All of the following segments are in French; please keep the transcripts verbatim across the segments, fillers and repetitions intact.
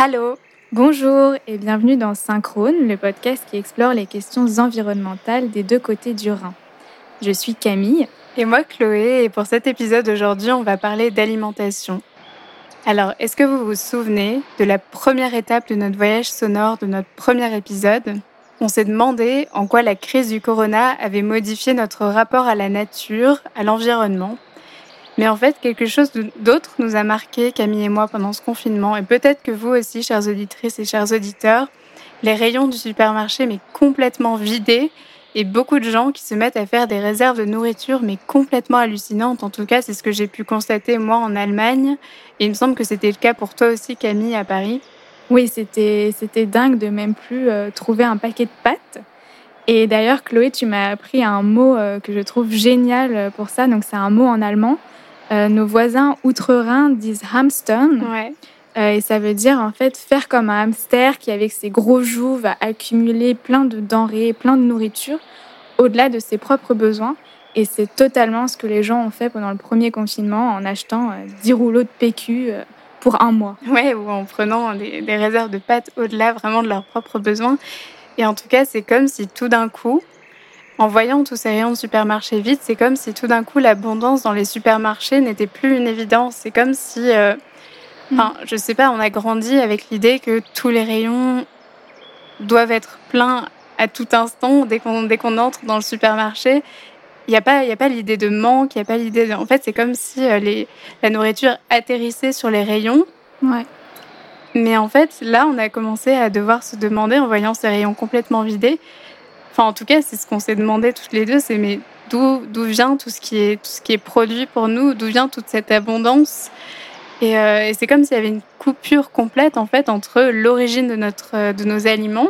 Allô. Bonjour et bienvenue dans Synchrone, le podcast qui explore les questions environnementales des deux côtés du Rhin. Je suis Camille. Et moi Chloé, et pour cet épisode aujourd'hui, on va parler d'alimentation. Alors, est-ce que vous vous souvenez de la première étape de notre voyage sonore, de notre premier épisode ? On s'est demandé en quoi la crise du corona avait modifié notre rapport à la nature, à l'environnement. Mais en fait, quelque chose d'autre nous a marqué, Camille et moi, pendant ce confinement, et peut-être que vous aussi, chères auditrices et chers auditeurs, les rayons du supermarché, mais complètement vidés, et beaucoup de gens qui se mettent à faire des réserves de nourriture, mais complètement hallucinantes. En tout cas, c'est ce que j'ai pu constater, moi, en Allemagne, et il me semble que c'était le cas pour toi aussi, Camille, à Paris. Oui, c'était, c'était dingue de même plus euh, trouver un paquet de pâtes. Et d'ailleurs, Chloé, tu m'as appris un mot euh, que je trouve génial pour ça, donc c'est un mot en allemand. Euh, nos voisins outre-Rhin disent Hamstern, Ouais. euh, et ça veut dire en fait faire comme un hamster qui, avec ses gros joues, va accumuler plein de denrées, plein de nourriture, au-delà de ses propres besoins. Et c'est totalement ce que les gens ont fait pendant le premier confinement en achetant euh, dix rouleaux de P Q euh, pour un mois. Ouais, ou en prenant des, des réserves de pâtes au-delà vraiment de leurs propres besoins. Et en tout cas, c'est comme si tout d'un coup, en voyant tous ces rayons de supermarché vides, c'est comme si tout d'un coup l'abondance dans les supermarchés n'était plus une évidence. C'est comme si, euh, enfin, je sais pas, on a grandi avec l'idée que tous les rayons doivent être pleins à tout instant dès qu'on dès qu'on entre dans le supermarché. Il y a pas il y a pas l'idée de manque, il y a pas l'idée de... En fait, c'est comme si euh, les la nourriture atterrissait sur les rayons. Ouais. Mais en fait, là, on a commencé à devoir se demander, en voyant ces rayons complètement vidés. Enfin, en tout cas, c'est ce qu'on s'est demandé toutes les deux, c'est mais d'où, d'où vient tout ce qui est, tout ce qui est produit pour nous, d'où vient toute cette abondance. Et, euh, et c'est comme s'il y avait une coupure complète, en fait, entre l'origine de, notre, de nos aliments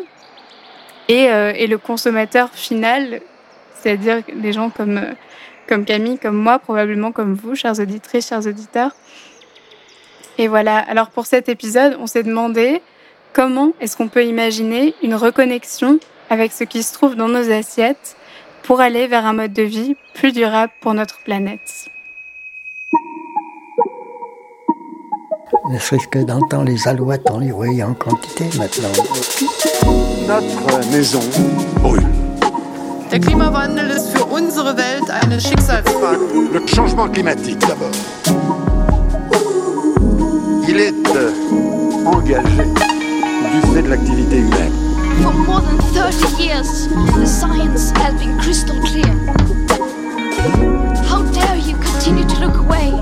et, euh, et le consommateur final, c'est-à-dire des gens comme, euh, comme Camille, comme moi, probablement comme vous, chères auditrices, chers auditeurs. Et voilà, alors pour cet épisode, on s'est demandé comment est-ce qu'on peut imaginer une reconnexion avec ce qui se trouve dans nos assiettes pour aller vers un mode de vie plus durable pour notre planète. Ne serait-ce que d'entendre les alouettes, on les voyait en quantité maintenant. Notre maison brûle. Der Klimawandel ist für unsere Welt eine Schicksalsfrage. Le changement climatique d'abord. Il est euh, engagé du fait de l'activité humaine. For more than thirty years, the science has been crystal clear. How dare you continue to look away?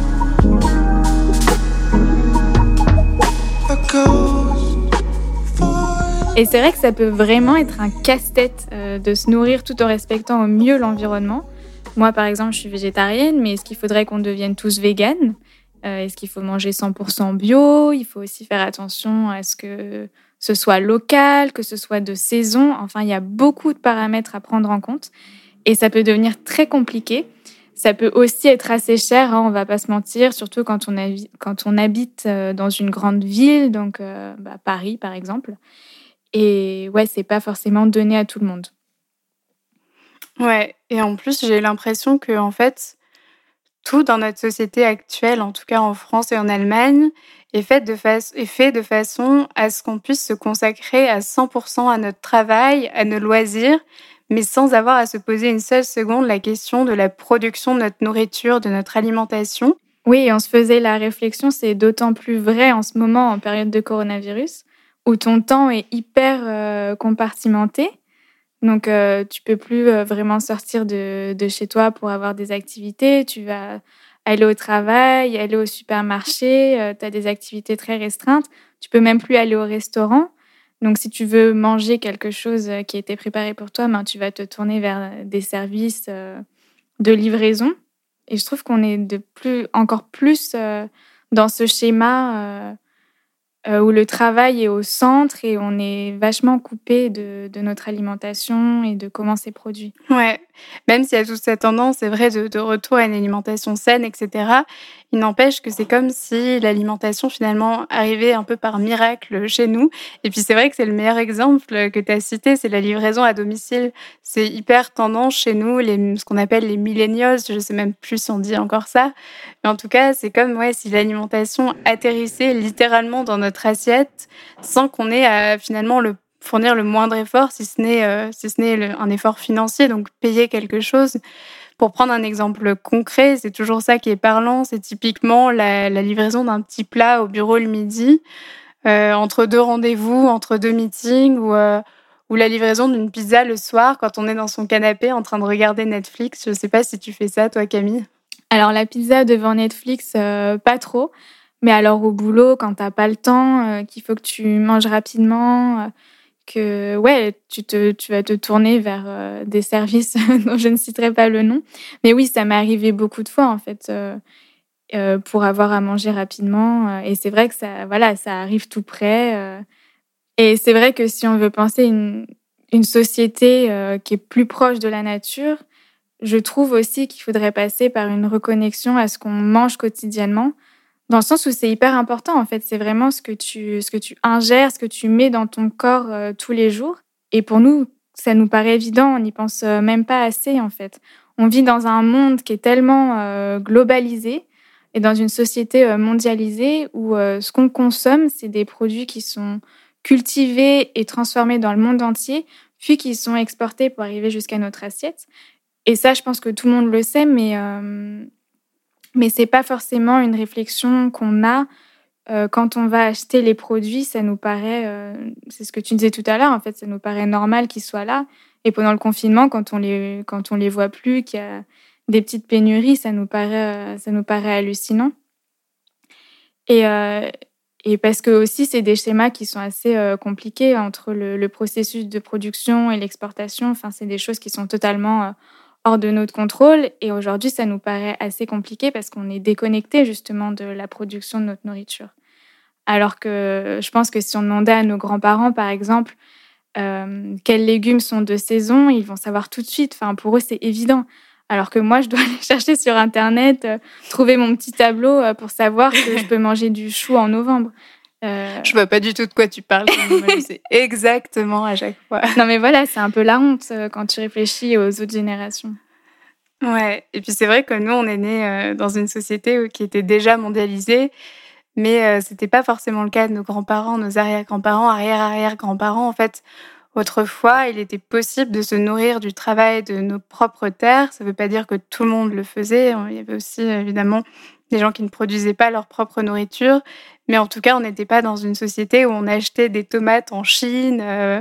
Et c'est vrai que ça peut vraiment être un casse-tête euh, de se nourrir tout en respectant au mieux l'environnement. Moi, par exemple, je suis végétarienne, mais est-ce qu'il faudrait qu'on devienne tous véganes ? euh, Est-ce qu'il faut manger cent pour cent bio ? Il faut aussi faire attention à ce que ce soit local, que ce soit de saison. Enfin, il y a beaucoup de paramètres à prendre en compte. Et ça peut devenir très compliqué. Ça peut aussi être assez cher, hein, on ne va pas se mentir, surtout quand on, habi- quand on habite euh, dans une grande ville, donc euh, bah, Paris, par exemple. Et ouais, c'est pas forcément donné à tout le monde. Ouais, et en plus, j'ai l'impression que en fait, tout dans notre société actuelle, en tout cas en France et en Allemagne, est fait de, fa- est fait de façon à ce qu'on puisse se consacrer à cent pour cent à notre travail, à nos loisirs, mais sans avoir à se poser une seule seconde la question de la production de notre nourriture, de notre alimentation. Oui, et on se faisait la réflexion, c'est d'autant plus vrai en ce moment, en période de coronavirus, où ton temps est hyper euh, compartimenté. Donc, euh, tu peux plus euh, vraiment sortir de, de chez toi pour avoir des activités. Tu vas aller au travail, aller au supermarché. Euh, tu as des activités très restreintes. Tu peux même plus aller au restaurant. Donc, si tu veux manger quelque chose qui a été préparé pour toi, ben, tu vas te tourner vers des services euh, de livraison. Et je trouve qu'on est de plus, encore plus euh, dans ce schéma... Euh, Euh, où le travail est au centre et on est vachement coupé de, de notre alimentation et de comment c'est produit. Ouais, même s'il y a toute cette tendance, c'est vrai, de, de retour à une alimentation saine, et cetera, il n'empêche que c'est comme si l'alimentation, finalement, arrivait un peu par miracle chez nous. Et puis, c'est vrai que c'est le meilleur exemple que tu as cité, c'est la livraison à domicile. C'est hyper tendance chez nous, les, ce qu'on appelle les millennials, je ne sais même plus si on dit encore ça. Mais en tout cas, c'est comme ouais, si l'alimentation atterrissait littéralement dans notre assiette sans qu'on ait à, finalement, le fournir le moindre effort, si ce n'est, euh, si ce n'est le, un effort financier, donc payer quelque chose. Pour prendre un exemple concret, c'est toujours ça qui est parlant, c'est typiquement la, la livraison d'un petit plat au bureau le midi, euh, entre deux rendez-vous, entre deux meetings, ou, euh, ou la livraison d'une pizza le soir quand on est dans son canapé en train de regarder Netflix. Je ne sais pas si tu fais ça, toi, Camille. Alors, la pizza devant Netflix, euh, pas trop. Mais alors, au boulot, quand tu n'as pas le temps, euh, qu'il faut que tu manges rapidement... Euh, que ouais, tu, te, tu vas te tourner vers euh, des services dont je ne citerai pas le nom. Mais oui, ça m'est arrivé beaucoup de fois, en fait, euh, euh, pour avoir à manger rapidement. Et c'est vrai que ça, voilà, ça arrive tout près. Euh, et c'est vrai que si on veut penser une, une société euh, qui est plus proche de la nature, je trouve aussi qu'il faudrait passer par une reconnexion à ce qu'on mange quotidiennement, dans le sens où c'est hyper important, en fait. C'est vraiment ce que tu, ce que tu ingères, ce que tu mets dans ton corps euh, tous les jours. Et pour nous, ça nous paraît évident, on n'y pense euh, même pas assez, en fait. On vit dans un monde qui est tellement euh, globalisé et dans une société euh, mondialisée où euh, ce qu'on consomme, c'est des produits qui sont cultivés et transformés dans le monde entier, puis qui sont exportés pour arriver jusqu'à notre assiette. Et ça, je pense que tout le monde le sait, mais... Euh, Mais ce n'est pas forcément une réflexion qu'on a euh, quand on va acheter les produits. Ça nous paraît, euh, c'est ce que tu disais tout à l'heure, en fait, ça nous paraît normal qu'ils soient là. Et pendant le confinement, quand on les, quand on les voit plus, qu'il y a des petites pénuries, ça nous paraît, euh, ça nous paraît hallucinant. Et, euh, et parce que aussi, c'est des schémas qui sont assez euh, compliqués entre le, le processus de production et l'exportation. Enfin, c'est des choses qui sont totalement... Euh, hors de notre contrôle. Et aujourd'hui, ça nous paraît assez compliqué parce qu'on est déconnecté justement de la production de notre nourriture. Alors que je pense que si on demandait à nos grands-parents, par exemple, euh, quels légumes sont de saison, ils vont savoir tout de suite. Enfin, pour eux, c'est évident. Alors que moi, je dois aller chercher sur Internet, euh, trouver mon petit tableau euh, pour savoir que je peux manger du chou en novembre. Euh... Je vois pas du tout de quoi tu parles. Moi, je sais exactement à chaque fois. Non, mais voilà, c'est un peu la honte euh, quand tu réfléchis aux autres générations. Ouais, et puis c'est vrai que nous, on est nés euh, dans une société qui était déjà mondialisée, mais euh, c'était pas forcément le cas de nos grands-parents, nos arrière-grands-parents, arrière-arrière-grands-parents. En fait, autrefois, il était possible de se nourrir du travail de nos propres terres. Ça veut pas dire que tout le monde le faisait. Il y avait aussi, évidemment, des gens qui ne produisaient pas leur propre nourriture. Mais en tout cas, on n'était pas dans une société où on achetait des tomates en Chine euh,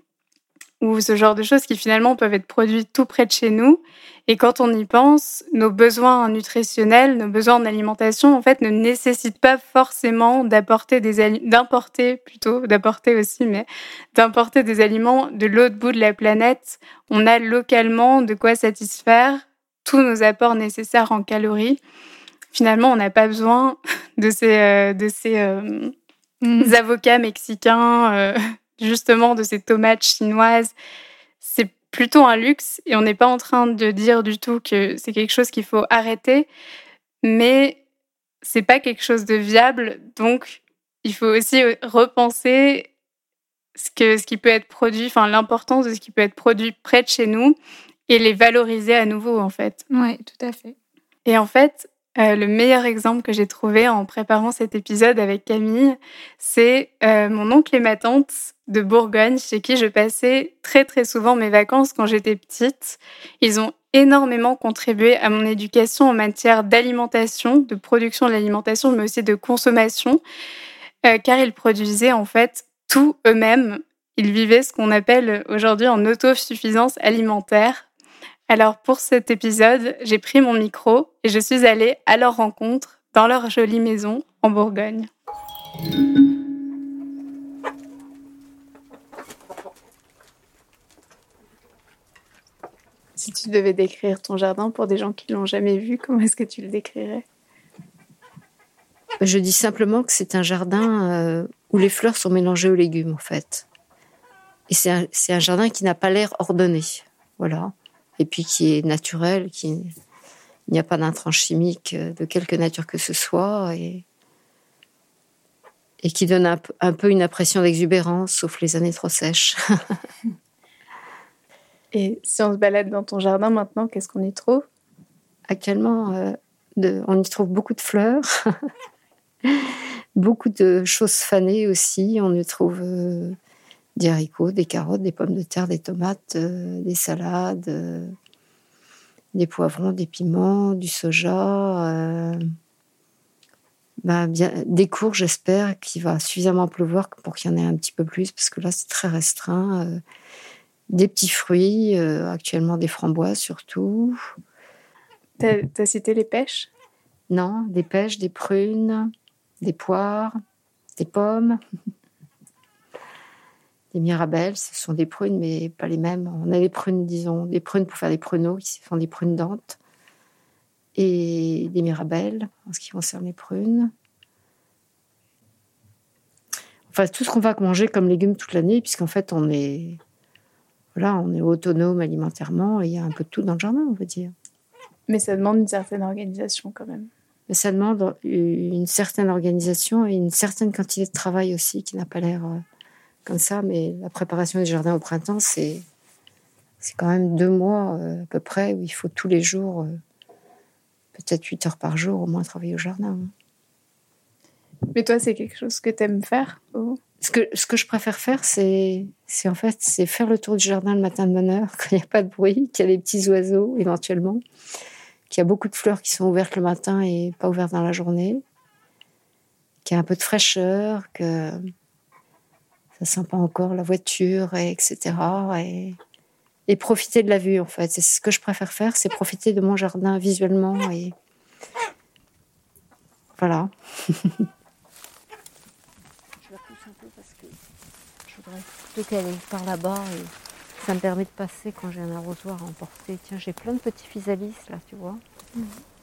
ou ce genre de choses qui finalement peuvent être produites tout près de chez nous. Et quand on y pense, nos besoins nutritionnels, nos besoins en alimentation, en fait, ne nécessitent pas forcément d'apporter des ali- d'importer plutôt, d'apporter aussi, mais d'importer des aliments de l'autre bout de la planète. On a localement de quoi satisfaire tous nos apports nécessaires en calories. Finalement, on n'a pas besoin de ces, euh, de ces euh, mmh. avocats mexicains, euh, justement de ces tomates chinoises. C'est plutôt un luxe et on n'est pas en train de dire du tout que c'est quelque chose qu'il faut arrêter, mais c'est pas quelque chose de viable. Donc, il faut aussi repenser ce, que, ce qui peut être produit, enfin l'importance de ce qui peut être produit près de chez nous et les valoriser à nouveau, en fait. Oui, tout à fait. Et en fait, Euh, le meilleur exemple que j'ai trouvé en préparant cet épisode avec Camille, c'est euh, mon oncle et ma tante de Bourgogne, chez qui je passais très très souvent mes vacances quand j'étais petite. Ils ont énormément contribué à mon éducation en matière d'alimentation, de production de l'alimentation, mais aussi de consommation, euh, car ils produisaient en fait tout eux-mêmes. Ils vivaient ce qu'on appelle aujourd'hui en autosuffisance alimentaire. Alors pour cet épisode, j'ai pris mon micro et je suis allée à leur rencontre dans leur jolie maison en Bourgogne. Si tu devais décrire ton jardin pour des gens qui ne l'ont jamais vu, comment est-ce que tu le décrirais ? Je dis simplement que c'est un jardin euh, où les fleurs sont mélangées aux légumes, en fait. Et c'est un, c'est un jardin qui n'a pas l'air ordonné. Voilà. et puis qui est naturel, qui il n'y a pas d'intrants chimiques de quelque nature que ce soit, et, et qui donne un, un peu une impression d'exubérance, sauf les années trop sèches. Et si on se balade dans ton jardin maintenant, qu'est-ce qu'on y trouve ? Actuellement, euh, de, on y trouve beaucoup de fleurs, beaucoup de choses fanées aussi. On y trouve euh, des haricots, des carottes, des pommes de terre, des tomates, euh, des salades, euh, des poivrons, des piments, du soja, euh, bah, bien, des courges, j'espère qu'il va suffisamment pleuvoir pour qu'il y en ait un petit peu plus, parce que là, c'est très restreint. Euh, des petits fruits, euh, actuellement des framboises surtout. T'as, t'as cité les pêches ? Non, des pêches, des prunes, des poires, des pommes, des mirabelles. Ce sont des prunes, mais pas les mêmes. On a des prunes, disons, des prunes pour faire des pruneaux, qui font des prunes dentes, et des mirabelles, en ce qui concerne les prunes. Enfin, tout ce qu'on va manger comme légumes toute l'année, puisqu'en fait, on est, voilà, on est autonome alimentairement, et il y a un peu de tout dans le jardin, on va dire. Mais ça demande une certaine organisation quand même. Mais ça demande une certaine organisation et une certaine quantité de travail aussi, qui n'a pas l'air euh, comme ça. Mais la préparation du jardin au printemps, c'est, c'est quand même deux mois euh, à peu près, où il faut tous les jours, euh, peut-être huit heures par jour, au moins travailler au jardin. Mais toi, c'est quelque chose que tu aimes faire ou... Ce que, ce que je préfère faire, c'est, c'est en fait c'est faire le tour du jardin le matin de bonne heure, quand il n'y a pas de bruit, qu'il y a des petits oiseaux éventuellement, qu'il y a beaucoup de fleurs qui sont ouvertes le matin et pas ouvertes dans la journée, qu'il y a un peu de fraîcheur, que ça sent pas encore la voiture, et etc. Et, et profiter de la vue, en fait. C'est ce que je préfère faire, c'est profiter de mon jardin visuellement. Et voilà. Un peu parce que je voudrais plutôt qu'elle aille par là-bas, et ça me permet de passer quand j'ai un arrosoir à emporter. Tiens, j'ai plein de petits physalis là, tu vois. Mmh.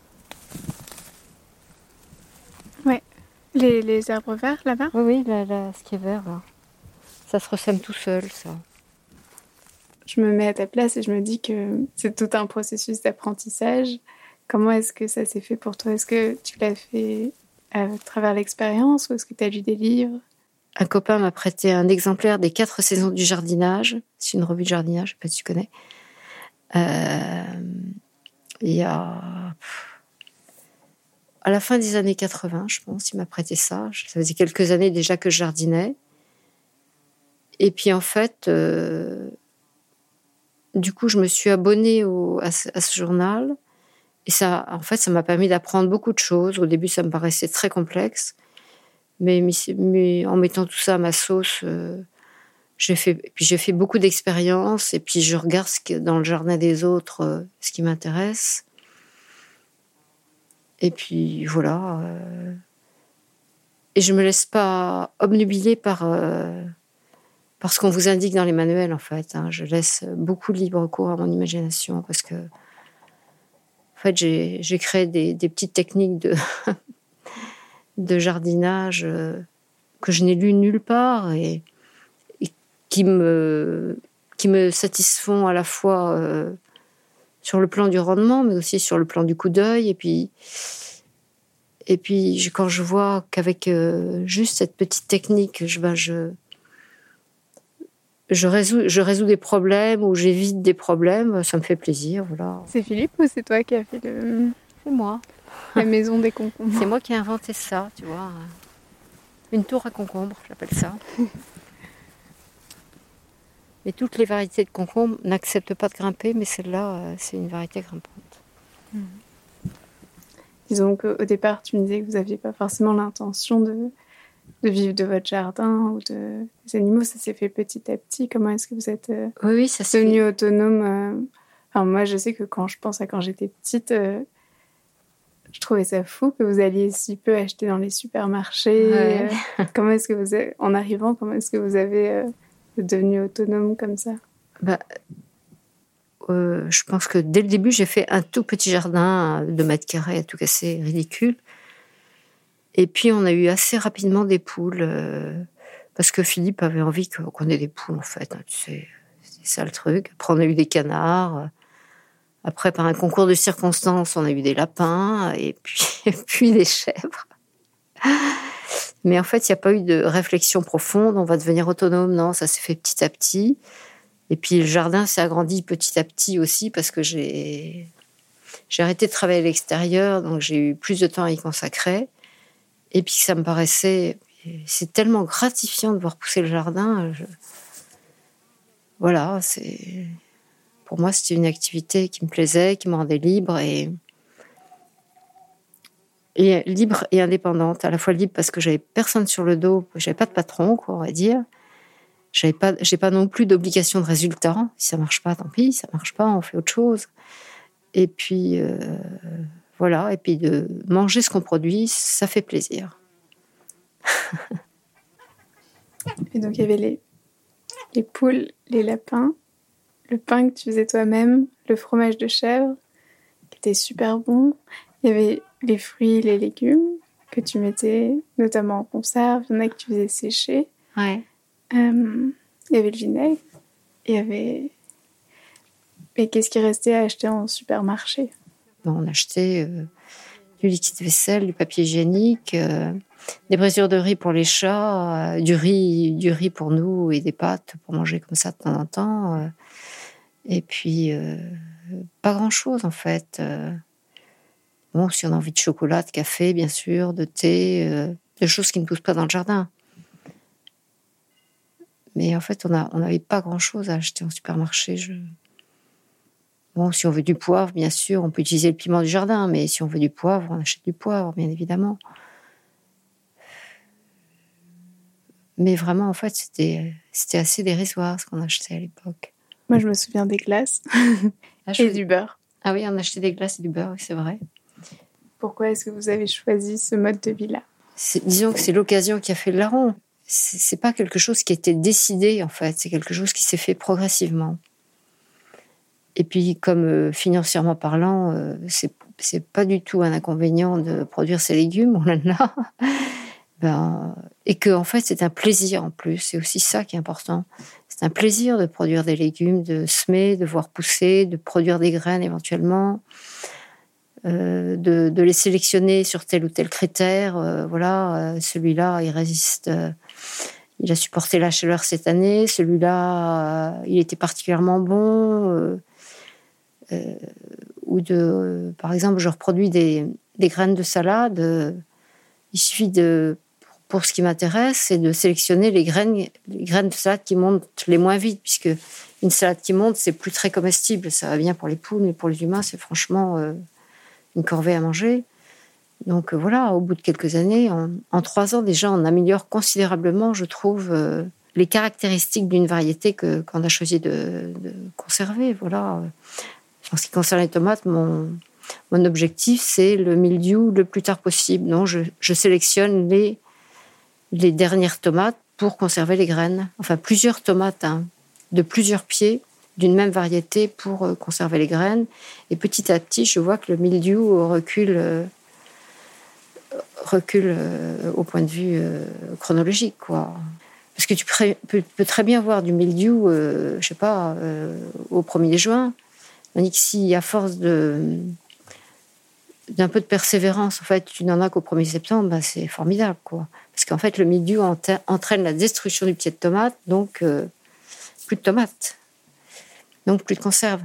Ouais, les, les arbres verts là-bas. Oui, oui, là, là, ce qui est vert là, ça se ressème tout seul, ça. Je me mets à ta place et je me dis que c'est tout un processus d'apprentissage. Comment est-ce que ça s'est fait pour toi ? Est-ce que tu l'as fait à travers l'expérience ou est-ce que tu as lu des livres ? Un copain m'a prêté un exemplaire des quatre saisons du jardinage. C'est une revue de jardinage, je ne sais pas si tu connais. Euh, il y a... À la fin des années quatre-vingts, je pense, il m'a prêté ça. Ça faisait quelques années déjà que je jardinais. Et puis en fait, euh, du coup, je me suis abonnée au, à, ce, à ce journal. Et ça, en fait, ça m'a permis d'apprendre beaucoup de choses. Au début, ça me paraissait très complexe. Mais, mais en mettant tout ça à ma sauce, euh, j'ai fait, puis j'ai fait beaucoup d'expériences, et puis je regarde ce que, dans le jardin des autres, euh, ce qui m'intéresse. Et puis voilà. Euh, et je me laisse pas obnubiler par, euh, par ce qu'on vous indique dans les manuels, en fait. Hein. Je laisse beaucoup libre cours à mon imagination, parce que, en fait, j'ai, j'ai créé des, des petites techniques de... de jardinage euh, que je n'ai lu nulle part, et, et qui me qui me satisfont à la fois euh, sur le plan du rendement, mais aussi sur le plan du coup d'œil. Et puis et puis je, quand je vois qu'avec euh, juste cette petite technique, je ben je je résous je résous des problèmes, ou j'évite des problèmes, ça me fait plaisir. Voilà. C'est Philippe ou c'est toi qui as fait le... C'est moi. La maison des concombres. C'est moi qui ai inventé ça, tu vois. Une tour à concombres, j'appelle ça. Mais toutes les variétés de concombres n'acceptent pas de grimper, mais celle-là, c'est une variété grimpante. Mmh. Disons qu'au départ, tu me disais que vous n'aviez pas forcément l'intention de, de vivre de votre jardin ou de, des animaux. Ça s'est fait petit à petit. Comment est-ce que vous êtes euh, oui, oui, ça s'est devenu fait. autonome euh... Enfin, moi, je sais que quand je pense à quand j'étais petite... Euh... Je trouvais ça fou que vous alliez si peu acheter dans les supermarchés. Ouais. Euh, comment est-ce que vous avez, en arrivant, comment est-ce que vous avez euh, devenu autonome comme ça ? Bah, euh, je pense que dès le début, j'ai fait un tout petit jardin de mètres carrés, à tout casser, ridicule. Et puis, on a eu assez rapidement des poules, euh, parce que Philippe avait envie qu'on ait des poules, en fait. Hein, tu sais, c'est ça le truc. Après, on a eu des canards. Après, par un concours de circonstances, on a eu des lapins et puis, et puis des chèvres. Mais en fait, il n'y a pas eu de réflexion profonde. On va devenir autonome. Non, ça s'est fait petit à petit. Et puis, le jardin s'est agrandi petit à petit aussi parce que j'ai, j'ai arrêté de travailler à l'extérieur. Donc, j'ai eu plus de temps à y consacrer. Et puis, ça me paraissait... C'est tellement gratifiant de voir pousser le jardin. Je... Voilà, c'est... Pour moi, c'était une activité qui me plaisait, qui me rendait libre et... et libre et indépendante. À la fois libre parce que j'avais personne sur le dos, j'avais pas de patron, quoi, on va dire. J'avais pas, j'ai pas non plus d'obligation de résultat. Si ça marche pas, tant pis. Si ça marche pas, on fait autre chose. Et puis euh, voilà. Et puis de manger ce qu'on produit, ça fait plaisir. Et donc il y avait les les poules, les lapins, le pain que tu faisais toi-même, le fromage de chèvre qui était super bon. Il y avait les fruits, les légumes que tu mettais notamment en conserve. Il y en a que tu faisais sécher. Ouais. Euh, il y avait le vinaigre. Il y avait... Et qu'est-ce qui restait à acheter en supermarché? Bon, on achetait euh, du liquide vaisselle, du papier hygiénique, euh, des brisures de riz pour les chats, euh, du riz, du riz pour nous et des pâtes pour manger comme ça de temps en temps. Euh, et puis, euh, pas grand-chose en fait. Euh, bon, si on a envie de chocolat, de café, bien sûr, de thé, euh, de choses qui ne poussent pas dans le jardin. Mais en fait, on a, on n'avait pas grand-chose à acheter en supermarché. Je... Bon, si on veut du poivre, bien sûr, on peut utiliser le piment du jardin, mais si on veut du poivre, on achète du poivre, bien évidemment. Mais vraiment, en fait, c'était, c'était assez dérisoire ce qu'on achetait à l'époque. Moi, je me souviens des glaces Ah, je et fais... du beurre. Ah oui, on achetait des glaces et du beurre, oui, c'est vrai. Pourquoi est-ce que vous avez choisi ce mode de vie-là? C'est, disons que c'est l'occasion qui a fait le larron. C'est, c'est pas quelque chose qui a été décidé, en fait. C'est quelque chose qui s'est fait progressivement. Et puis, comme euh, financièrement parlant, euh, c'est, c'est pas du tout un inconvénient de produire ses légumes, on en a. Ben, et que, en fait, c'est un plaisir en plus. C'est aussi ça qui est important. C'est un plaisir de produire des légumes, de semer, de voir pousser, de produire des graines éventuellement, euh, de, de les sélectionner sur tel ou tel critère. Euh, voilà, euh, celui-là, il résiste... Euh, il a supporté la chaleur cette année. Celui-là, euh, il était particulièrement bon... Euh, Euh, ou de, euh, par exemple, je reproduis des, des graines de salade. Euh, il suffit de, pour, pour ce qui m'intéresse, c'est de sélectionner les graines, les graines de salade qui montent les moins vite, puisque une salade qui monte, c'est plus très comestible. Ça va bien pour les poules, mais pour les humains, c'est franchement euh, une corvée à manger. Donc euh, voilà, au bout de quelques années, en, en trois ans déjà, on améliore considérablement, je trouve, euh, les caractéristiques d'une variété que, qu'on a choisi de, de conserver. Voilà. En ce qui concerne les tomates, mon, mon objectif, c'est le mildiou le plus tard possible. Donc, je, je sélectionne les, les dernières tomates pour conserver les graines. Enfin, plusieurs tomates hein, de plusieurs pieds d'une même variété pour euh, conserver les graines. Et petit à petit, je vois que le mildiou recule, euh, recule euh, au point de vue euh, chronologique, quoi. Parce que tu peux, peux, peux très bien voir du mildiou, euh, je sais pas, euh, au premier juin. Tandis que si, à force de, d'un peu de persévérance, en fait, tu n'en as qu'au premier septembre, ben c'est formidable, quoi. Parce qu'en fait, le mildiou entraîne la destruction du pied de tomate, donc euh, plus de tomates. Donc plus de conserve.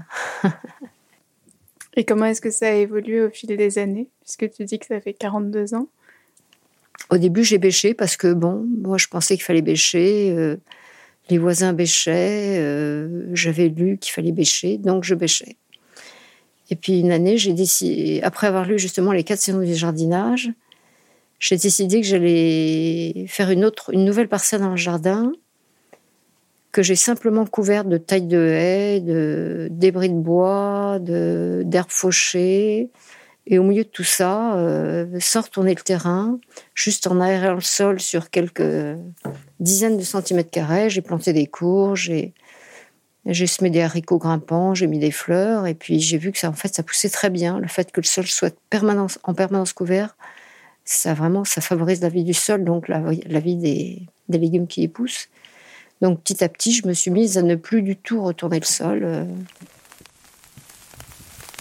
Et comment est-ce que ça a évolué au fil des années? Puisque tu dis que ça fait quarante-deux ans. Au début, j'ai bêché parce que, bon, moi, je pensais qu'il fallait bêcher. Euh, les voisins bêchaient. Euh, j'avais lu qu'il fallait bêcher, donc je bêchais. Et puis une année, j'ai décidé, après avoir lu justement les quatre saisons du jardinage, j'ai décidé que j'allais faire une autre, une nouvelle parcelle dans le jardin, que j'ai simplement couverte de tailles de haies, de débris de bois, de, d'herbes fauchées. Et au milieu de tout ça, euh, sans retourner le terrain, juste en aérant le sol sur quelques dizaines de centimètres carrés, j'ai planté des courges, j'ai, j'ai semé des haricots grimpants, j'ai mis des fleurs, et puis j'ai vu que ça, en fait, ça poussait très bien. Le fait que le sol soit permanence, en permanence couvert, ça vraiment, ça favorise la vie du sol, donc la, la vie des, des légumes qui y poussent. Donc petit à petit, je me suis mise à ne plus du tout retourner le sol. Euh,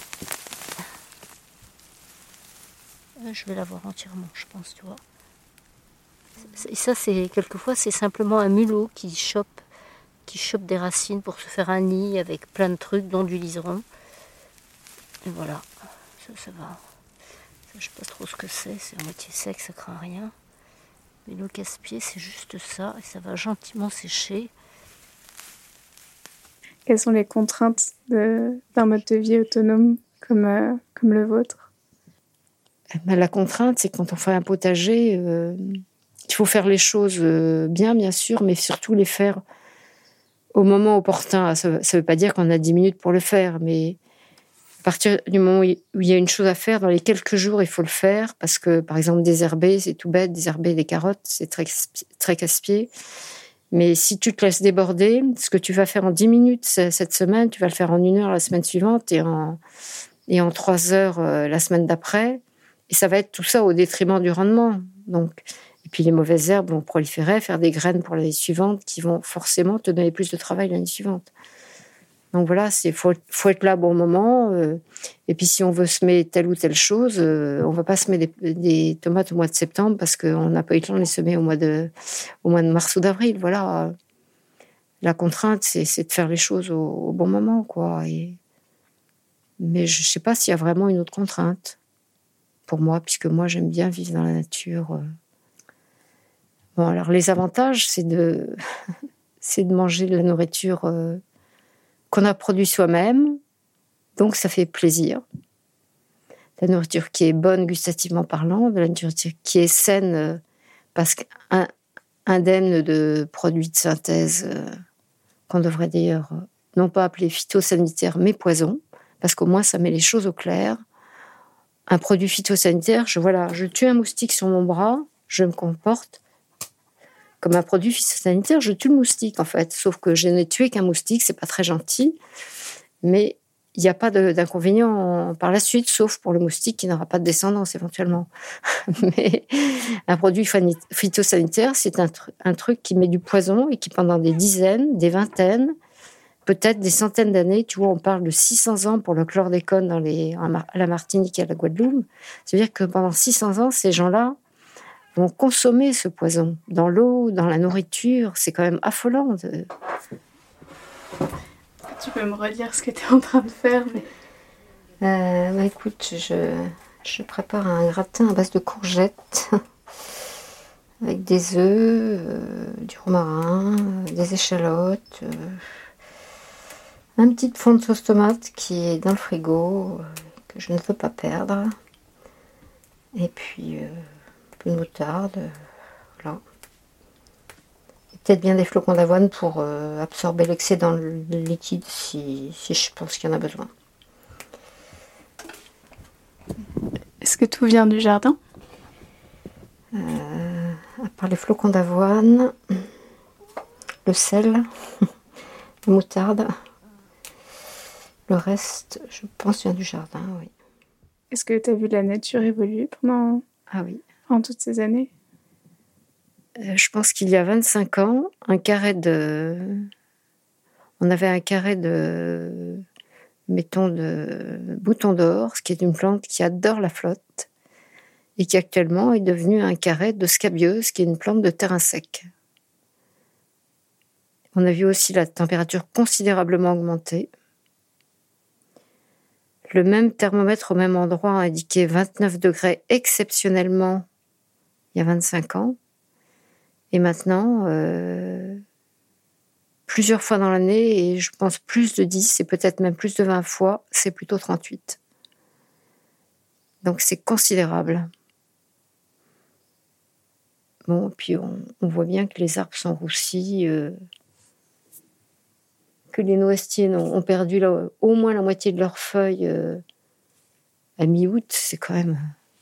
Je vais l'avoir entièrement, je pense, tu vois. Et ça, c'est quelquefois, c'est simplement un mulot qui chope, qui chope des racines pour se faire un nid avec plein de trucs, dont du liseron. Et voilà, ça, ça va. Ça, je ne sais pas trop ce que c'est, c'est à moitié sec, ça craint rien. Mais le casse-pied, c'est juste ça, et ça va gentiment sécher. Quelles sont les contraintes de, d'un mode de vie autonome comme, euh, comme le vôtre ? Ben, la contrainte, c'est quand on fait un potager, euh, il faut faire les choses euh, bien, bien sûr, mais surtout les faire au moment opportun. Ça ne veut pas dire qu'on a dix minutes pour le faire, mais à partir du moment où il y a une chose à faire, dans les quelques jours, il faut le faire, parce que, par exemple, désherber, c'est tout bête, désherber des carottes, c'est très, très casse-pied. Mais si tu te laisses déborder, ce que tu vas faire en dix minutes cette semaine, tu vas le faire en une heure la semaine suivante et en, et en trois heures euh, la semaine d'après. Et ça va être tout ça au détriment du rendement. Donc, et puis les mauvaises herbes vont proliférer, faire des graines pour l'année suivante qui vont forcément te donner plus de travail l'année suivante. Donc voilà, il faut, faut être là au bon moment. Euh, et puis si on veut semer telle ou telle chose, euh, on ne va pas semer des, des tomates au mois de septembre parce qu'on n'a pas eu le temps de les semer au mois de, au mois de mars ou d'avril. Voilà. La contrainte, c'est, c'est de faire les choses au, au bon moment, quoi. Et, mais je ne sais pas s'il y a vraiment une autre contrainte pour moi, puisque moi, j'aime bien vivre dans la nature. Bon, alors les avantages, c'est de, c'est de manger de la nourriture euh, qu'on a produit soi-même, donc ça fait plaisir. De la nourriture qui est bonne gustativement parlant, de la nourriture qui est saine euh, parce qu'indemne de produits de synthèse euh, qu'on devrait d'ailleurs euh, non pas appeler phytosanitaires mais poison, parce qu'au moins ça met les choses au clair. Un produit phytosanitaire, je, voilà, je tue un moustique sur mon bras, je me comporte comme un produit phytosanitaire, je tue le moustique en fait. Sauf que je n'ai tué qu'un moustique, c'est pas très gentil, mais il n'y a pas de, d'inconvénient par la suite, sauf pour le moustique qui n'aura pas de descendance éventuellement. Mais un produit phytosanitaire, c'est un, tr- un truc qui met du poison et qui pendant des dizaines, des vingtaines, peut-être des centaines d'années, tu vois, on parle de six cents ans pour le chlordécone dans les, à la Martinique et à la Guadeloupe. C'est-à-dire que pendant six cents ans, ces gens-là vont consommer ce poison dans l'eau, dans la nourriture. C'est quand même affolant. De... Tu peux me redire ce que tu es en train de faire mais... euh, bah écoute, je, je prépare un gratin à base de courgettes avec des œufs, euh, du romarin, euh, des échalotes, euh, un petit fond de sauce tomate qui est dans le frigo, euh, que je ne veux pas perdre. Et puis... Euh, peu de moutarde, euh, voilà. Et peut-être bien des flocons d'avoine pour euh, absorber l'excédent liquide si, si je pense qu'il y en a besoin. Est-ce que tout vient du jardin ? euh, À part les flocons d'avoine, le sel, la moutarde, le reste, je pense, vient du jardin, oui. Est-ce que tu as vu la nature évoluer pendant... Ah oui. En toutes ces années ? euh, Je pense qu'il y a vingt-cinq ans, un carré de... On avait un carré de... mettons, de bouton d'or, ce qui est une plante qui adore la flotte, et qui actuellement est devenue un carré de scabieuse, qui est une plante de terrain sec. On a vu aussi la température considérablement augmenter. Le même thermomètre au même endroit a indiqué vingt-neuf degrés exceptionnellement il y a vingt-cinq ans. Et maintenant, euh, plusieurs fois dans l'année, et je pense plus de dix, et peut-être même plus de vingt fois, c'est plutôt trente-huit. Donc c'est considérable. Bon, puis on, on voit bien que les arbres sont roussis, euh, que les noisetiers ont, ont perdu la, au moins la moitié de leurs feuilles euh, à mi-août. C'est quand même...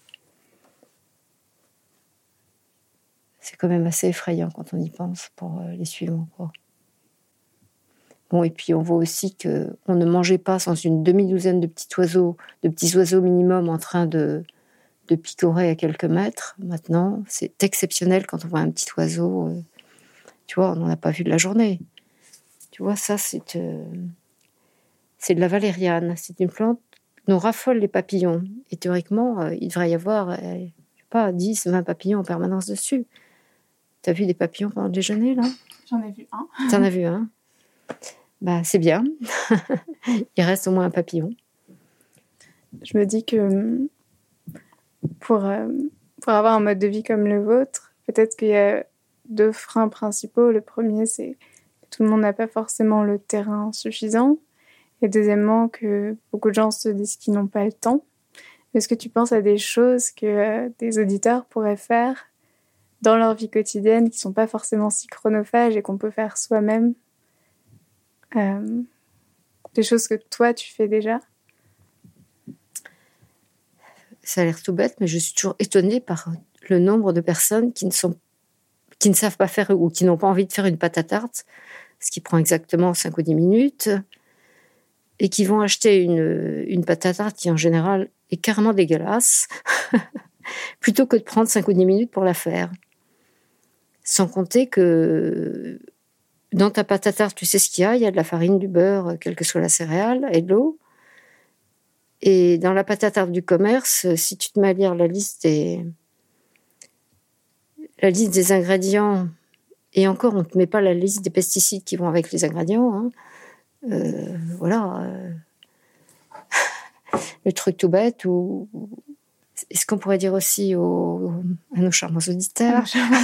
C'est quand même assez effrayant quand on y pense pour les suivants, quoi. Bon, et puis on voit aussi qu'on ne mangeait pas sans une demi-douzaine de petits oiseaux, de petits oiseaux minimum en train de, de picorer à quelques mètres. Maintenant, c'est exceptionnel quand on voit un petit oiseau. Euh, tu vois, on n'en a pas vu de la journée. Tu vois, ça, c'est, euh, c'est de la valériane. C'est une plante dont raffolent les papillons. Et théoriquement, euh, il devrait y avoir, euh, je sais pas, dix, vingt papillons en permanence dessus. T'as vu des papillons pendant le déjeuner, là ? J'en ai vu un. T'en as vu un ? Bah, c'est bien. Il reste au moins un papillon. Je me dis que pour, euh, pour avoir un mode de vie comme le vôtre, peut-être qu'il y a deux freins principaux. Le premier, c'est que tout le monde n'a pas forcément le terrain suffisant. Et deuxièmement, que beaucoup de gens se disent qu'ils n'ont pas le temps. Est-ce que tu penses à des choses que euh, des auditeurs pourraient faire dans leur vie quotidienne qui ne sont pas forcément si chronophages et qu'on peut faire soi-même ? euh, Des choses que toi, tu fais déjà ? Ça a l'air tout bête, mais je suis toujours étonnée par le nombre de personnes qui ne, sont, qui ne savent pas faire ou qui n'ont pas envie de faire une pâte à tarte, ce qui prend exactement cinq ou dix minutes, et qui vont acheter une, une pâte à tarte qui, en général, est carrément dégueulasse, plutôt que de prendre cinq ou dix minutes pour la faire. Sans compter que dans ta pâte à tarte, tu sais ce qu'il y a, il y a de la farine, du beurre, quelle que soit la céréale, et de l'eau. Et dans la pâte à tarte du commerce, si tu te mets à lire la liste des, la liste des ingrédients, et encore, on ne te met pas la liste des pesticides qui vont avec les ingrédients, hein, euh, voilà. Euh, le truc tout bête, ou est-ce qu'on pourrait dire aussi aux, à nos charmants auditeurs,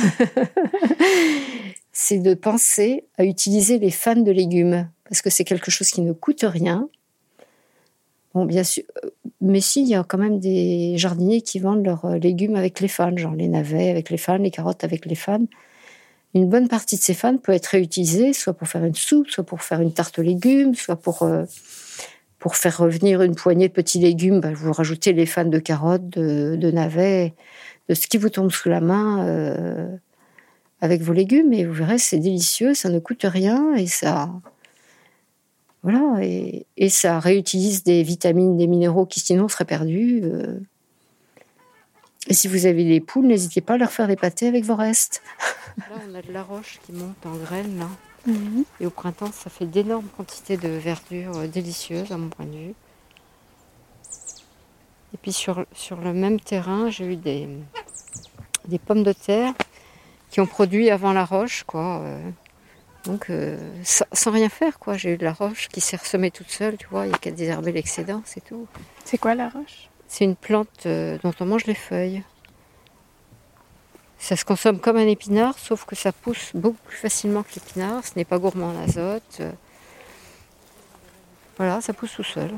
c'est de penser à utiliser les fans de légumes, parce que c'est quelque chose qui ne coûte rien. Bon, bien sûr, mais si, il y a quand même des jardiniers qui vendent leurs légumes avec les fans, genre les navets avec les fans, les carottes avec les fans. Une bonne partie de ces fans peut être réutilisée, soit pour faire une soupe, soit pour faire une tarte aux légumes, soit pour, euh, pour faire revenir une poignée de petits légumes. Bah, vous rajoutez les fans de carottes, de, de navets, de ce qui vous tombe sous la main euh, avec vos légumes, et vous verrez, c'est délicieux, ça ne coûte rien, et ça... Voilà, et, et ça réutilise des vitamines, des minéraux qui sinon seraient perdus. Euh. Et si vous avez des poules, n'hésitez pas à leur faire des pâtés avec vos restes. Là, on a de la roche qui monte en graines, là. Mm-hmm. Et au printemps, ça fait d'énormes quantités de verdure euh, délicieuses, à mon point de vue. Et puis sur, sur le même terrain, j'ai eu des, des pommes de terre qui ont produit avant la roche, quoi. Euh. Donc, euh, sans, sans rien faire, quoi. J'ai eu de la roche qui s'est ressemée toute seule, tu vois. Il n'y a qu'à désherber l'excédent, c'est tout. C'est quoi la roche ? C'est une plante euh, dont on mange les feuilles. Ça se consomme comme un épinard, sauf que ça pousse beaucoup plus facilement que l'épinard. Ce n'est pas gourmand en azote. Voilà, ça pousse tout seul.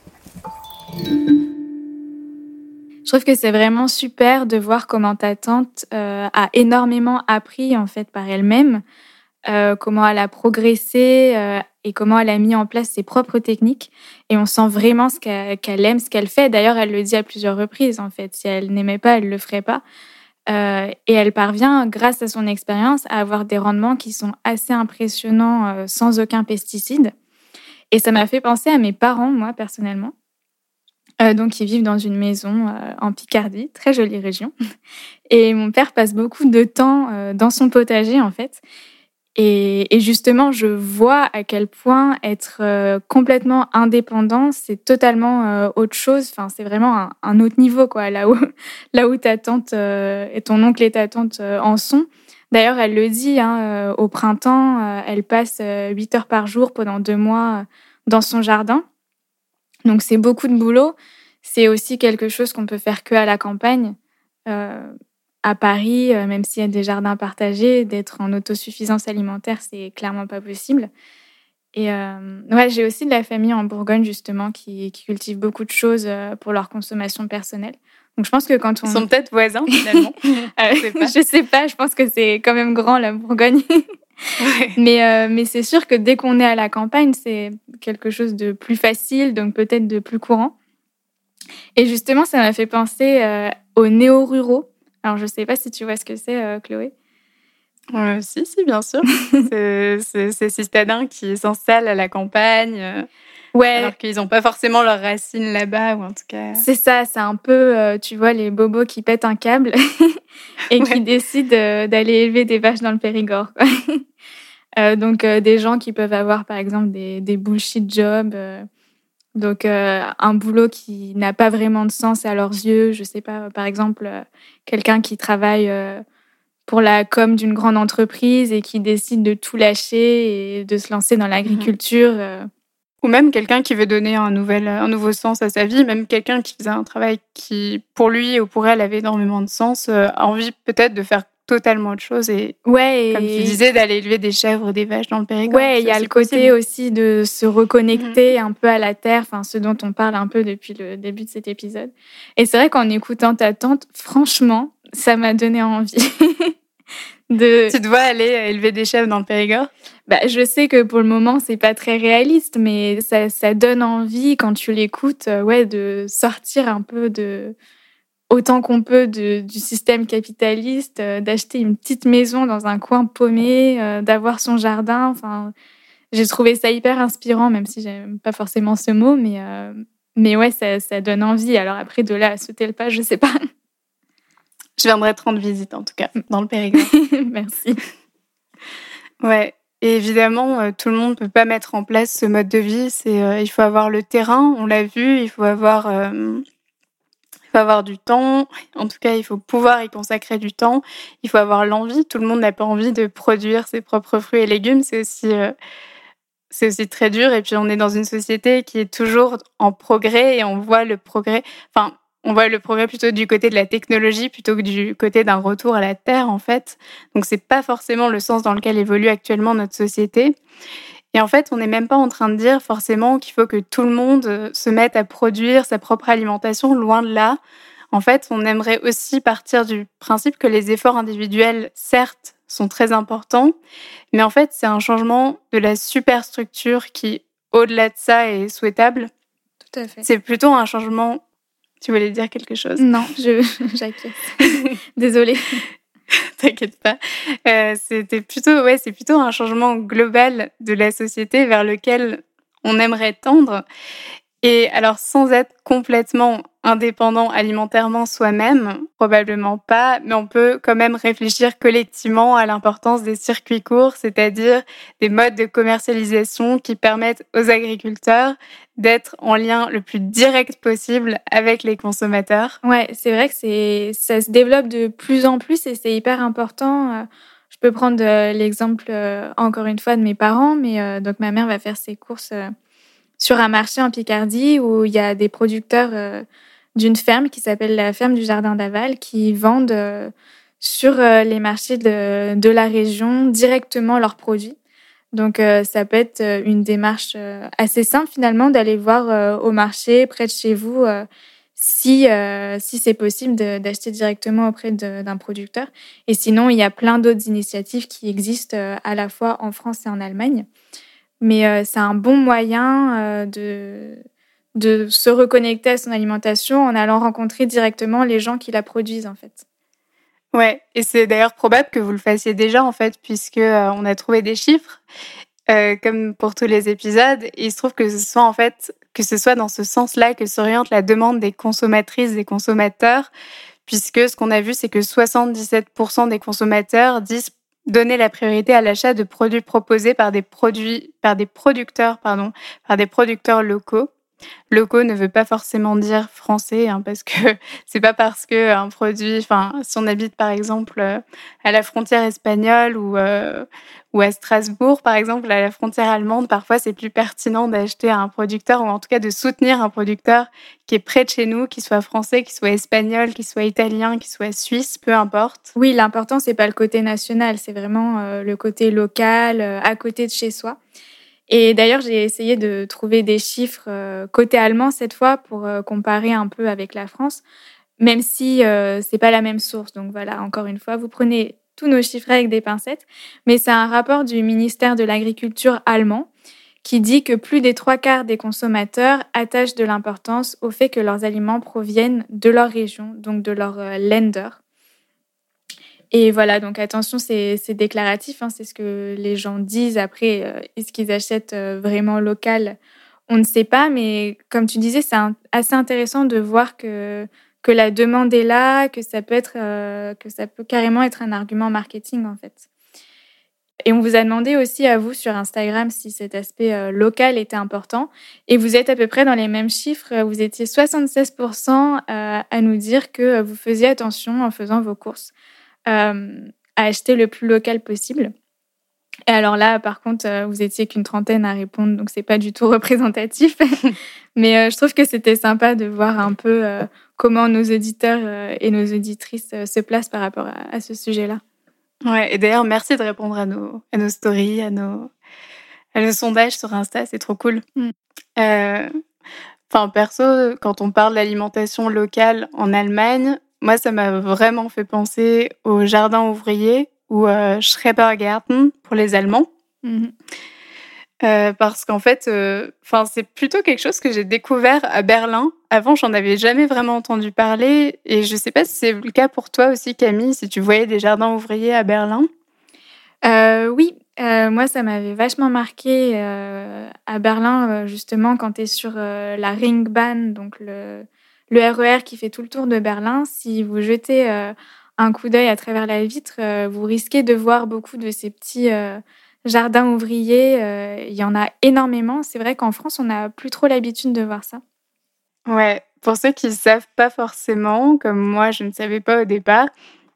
Je trouve que c'est vraiment super de voir comment ta tante euh, a énormément appris en fait par elle-même. Euh, comment elle a progressé euh, et comment elle a mis en place ses propres techniques. Et on sent vraiment ce qu'elle, qu'elle aime, ce qu'elle fait. D'ailleurs, elle le dit à plusieurs reprises, en fait. Si elle n'aimait pas, elle ne le ferait pas. Euh, et elle parvient, grâce à son expérience, à avoir des rendements qui sont assez impressionnants, euh, sans aucun pesticide. Et ça m'a fait penser à mes parents, moi, personnellement. Euh, donc, ils vivent dans une maison euh, en Picardie, très jolie région. Et mon père passe beaucoup de temps euh, dans son potager, en fait. Et, et justement, je vois à quel point être euh, complètement indépendant, c'est totalement euh, autre chose. Enfin, c'est vraiment un, un autre niveau, quoi. Là où, là où ta tante euh, et ton oncle et ta tante euh, en sont. D'ailleurs, elle le dit, hein, euh, au printemps, euh, elle passe euh, huit heures par jour pendant deux mois euh, dans son jardin. Donc, c'est beaucoup de boulot. C'est aussi quelque chose qu'on peut faire que à la campagne. Euh, À Paris, euh, même s'il y a des jardins partagés, d'être en autosuffisance alimentaire, c'est clairement pas possible. Et euh, ouais, j'ai aussi de la famille en Bourgogne, justement, qui, qui cultive beaucoup de choses euh, pour leur consommation personnelle. Donc je pense que quand on... Ils sont peut-être voisins, finalement. euh, sais pas. Je sais pas, je pense que c'est quand même grand, la Bourgogne. Ouais. Mais, euh, mais c'est sûr que dès qu'on est à la campagne, c'est quelque chose de plus facile, donc peut-être de plus courant. Et justement, ça m'a fait penser euh, aux néo-ruraux. Alors, je ne sais pas si tu vois ce que c'est, euh, Chloé. Euh, si, si, bien sûr. c'est, c'est, c'est ces citadins qui s'installent à la campagne, euh, ouais. Alors qu'ils n'ont pas forcément leurs racines là-bas, ou en tout cas... C'est ça, c'est un peu, euh, tu vois, les bobos qui pètent un câble et ouais. qui décident euh, d'aller élever des vaches dans le Périgord, quoi. euh, donc, euh, des gens qui peuvent avoir, par exemple, des, des bullshit jobs, euh, Donc, euh, un boulot qui n'a pas vraiment de sens à leurs yeux, je sais pas, par exemple, euh, quelqu'un qui travaille euh, pour la com d'une grande entreprise et qui décide de tout lâcher et de se lancer dans l'agriculture. Mmh. Euh. Ou même quelqu'un qui veut donner un, nouvel, un nouveau sens à sa vie, même quelqu'un qui faisait un travail qui, pour lui ou pour elle, avait énormément de sens, euh, a envie peut-être de faire totalement autre chose et, ouais, et... comme tu disais, d'aller élever des chèvres ou des vaches dans le Périgord. Ouais, il y a le côté possible. Aussi de se reconnecter mmh. un peu à la terre, enfin ce dont on parle un peu depuis le début de cet épisode. Et c'est vrai qu'en écoutant ta tante, franchement, ça m'a donné envie. de... Tu dois aller élever des chèvres dans le Périgord ? Bah, je sais que pour le moment, c'est pas très réaliste, mais ça, ça donne envie, quand tu l'écoutes, euh, ouais, de sortir un peu de... autant qu'on peut de, du système capitaliste, euh, d'acheter une petite maison dans un coin paumé, euh, d'avoir son jardin. Enfin, j'ai trouvé ça hyper inspirant, même si j'aime pas forcément ce mot, mais, euh, mais ouais, ça, ça donne envie. Alors après, de là à sauter le pas, je sais pas. Je viendrai te rendre visite, en tout cas, dans le Périgord. Merci. Ouais. Et évidemment, euh, tout le monde ne peut pas mettre en place ce mode de vie. C'est, euh, il faut avoir le terrain, on l'a vu, il faut avoir... Euh, Il faut avoir du temps, en tout cas, il faut pouvoir y consacrer du temps. Il faut avoir l'envie. Tout le monde n'a pas envie de produire ses propres fruits et légumes. C'est aussi, euh, c'est aussi très dur. Et puis, on est dans une société qui est toujours en progrès et on voit le progrès. Enfin, on voit le progrès plutôt du côté de la technologie plutôt que du côté d'un retour à la terre, en fait. Donc, c'est pas forcément le sens dans lequel évolue actuellement notre société. Et en fait, on n'est même pas en train de dire forcément qu'il faut que tout le monde se mette à produire sa propre alimentation, loin de là. En fait, on aimerait aussi partir du principe que les efforts individuels, certes, sont très importants, mais en fait, c'est un changement de la superstructure qui, au-delà de ça, est souhaitable. Tout à fait. C'est plutôt un changement... Tu voulais dire quelque chose ? Non, je, j'acquiesce. Désolée. T'inquiète pas. Euh, c'était plutôt, ouais, c'est plutôt un changement global de la société vers lequel on aimerait tendre. Et alors, sans être complètement indépendant alimentairement soi-même, probablement pas, mais on peut quand même réfléchir collectivement à l'importance des circuits courts, c'est-à-dire des modes de commercialisation qui permettent aux agriculteurs d'être en lien le plus direct possible avec les consommateurs. Ouais, c'est vrai que c'est, ça se développe de plus en plus et c'est hyper important. Je peux prendre l'exemple, encore une fois, de mes parents, mais donc ma mère va faire ses courses sur un marché en Picardie où il y a des producteurs euh, d'une ferme qui s'appelle la ferme du Jardin d'Aval qui vendent euh, sur euh, les marchés de, de la région directement leurs produits. Donc, euh, ça peut être une démarche euh, assez simple finalement d'aller voir euh, au marché près de chez vous euh, si, euh, si c'est possible de, d'acheter directement auprès de, d'un producteur. Et sinon, il y a plein d'autres initiatives qui existent euh, à la fois en France et en Allemagne. Mais euh, c'est un bon moyen euh, de, de se reconnecter à son alimentation en allant rencontrer directement les gens qui la produisent, en fait. Ouais, et c'est d'ailleurs probable que vous le fassiez déjà, en fait, puisque euh, on a trouvé des chiffres, euh, comme pour tous les épisodes. Et il se trouve que ce soit, en fait, que ce soit dans ce sens-là que s'oriente la demande des consommatrices, des consommateurs, puisque ce qu'on a vu, c'est que soixante-dix-sept pour cent des consommateurs disent donner la priorité à l'achat de produits proposés par des produits, par des producteurs, pardon, par des producteurs locaux. Locaux ne veut pas forcément dire français, hein, parce que c'est pas parce que un produit, enfin, si on habite par exemple à la frontière espagnole ou euh, ou à Strasbourg, par exemple, à la frontière allemande, parfois c'est plus pertinent d'acheter à un producteur ou en tout cas de soutenir un producteur qui est près de chez nous, qui soit français, qui soit espagnol, qui soit italien, qui soit suisse, peu importe. Oui, l'important c'est pas le côté national, c'est vraiment euh, le côté local, euh, à côté de chez soi. Et d'ailleurs, j'ai essayé de trouver des chiffres euh, côté allemand cette fois pour euh, comparer un peu avec la France, même si euh, c'est pas la même source. Donc voilà, encore une fois, vous prenez tous nos chiffres avec des pincettes, mais c'est un rapport du ministère de l'Agriculture allemand qui dit que plus des trois quarts des consommateurs attachent de l'importance au fait que leurs aliments proviennent de leur région, donc de leur euh, Länder. Et voilà, donc attention, c'est, c'est déclaratif, hein, c'est ce que les gens disent. Après, euh, est-ce qu'ils achètent euh, vraiment local ? On ne sait pas, mais comme tu disais, c'est un, assez intéressant de voir que, que la demande est là, que ça peut être, euh, que ça peut carrément être un argument marketing, en fait. Et on vous a demandé aussi à vous sur Instagram si cet aspect euh, local était important. Et vous êtes à peu près dans les mêmes chiffres. Vous étiez soixante-seize pour cent euh, à nous dire que vous faisiez attention en faisant vos courses euh, à acheter le plus local possible. Et alors là, par contre, euh, vous étiez qu'une trentaine à répondre, donc c'est pas du tout représentatif. Mais euh, je trouve que c'était sympa de voir un peu euh, comment nos auditeurs euh, et nos auditrices euh, se placent par rapport à, à ce sujet-là. Ouais, et d'ailleurs, merci de répondre à nos, à nos stories, à nos, à nos sondages sur Insta, c'est trop cool. Mm. Euh, enfin, perso, quand on parle d'alimentation locale en Allemagne, moi, ça m'a vraiment fait penser au jardin ouvrier ou euh, Schrebergarten pour les Allemands. Mm-hmm. Euh, parce qu'en fait, euh, c'est plutôt quelque chose que j'ai découvert à Berlin. Avant, j'en avais jamais vraiment entendu parler. Et je sais pas si c'est le cas pour toi aussi, Camille, si tu voyais des jardins ouvriers à Berlin. Euh, oui, euh, moi, ça m'avait vachement marqué euh, à Berlin, euh, justement, quand tu es sur euh, la Ringbahn, donc le, le R E R qui fait tout le tour de Berlin. Si vous jetez euh, un coup d'œil à travers la vitre, euh, vous risquez de voir beaucoup de ces petits... Euh, jardins ouvriers, euh, il y en a énormément. C'est vrai qu'en France, on n'a plus trop l'habitude de voir ça. Ouais, pour ceux qui ne savent pas forcément, comme moi, je ne savais pas au départ,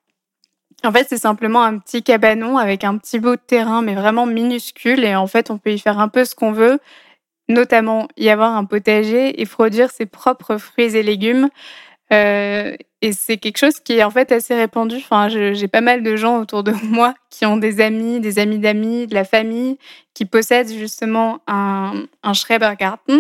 en fait, c'est simplement un petit cabanon avec un petit bout de terrain, mais vraiment minuscule. Et en fait, on peut y faire un peu ce qu'on veut, notamment y avoir un potager et produire ses propres fruits et légumes. Euh, et c'est quelque chose qui est en fait assez répandu. Enfin, je, j'ai pas mal de gens autour de moi qui ont des amis, des amis d'amis, de la famille, qui possèdent justement un, un Schrebergarten.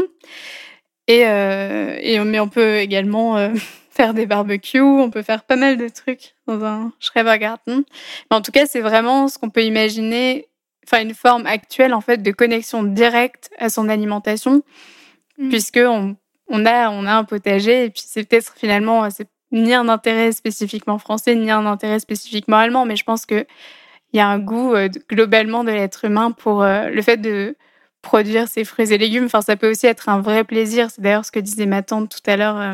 Et, euh, et mais on peut également euh, faire des barbecues, on peut faire pas mal de trucs dans un Schrebergarten. Mais en tout cas, c'est vraiment ce qu'on peut imaginer, enfin une forme actuelle en fait de connexion directe à son alimentation, mmh. puisque on On a, on a un potager et puis c'est peut-être finalement c'est ni un intérêt spécifiquement français ni un intérêt spécifiquement allemand, mais je pense que il y a un goût euh, globalement de l'être humain pour euh, le fait de produire ses fruits et légumes. Enfin, ça peut aussi être un vrai plaisir. C'est d'ailleurs ce que disait ma tante tout à l'heure euh,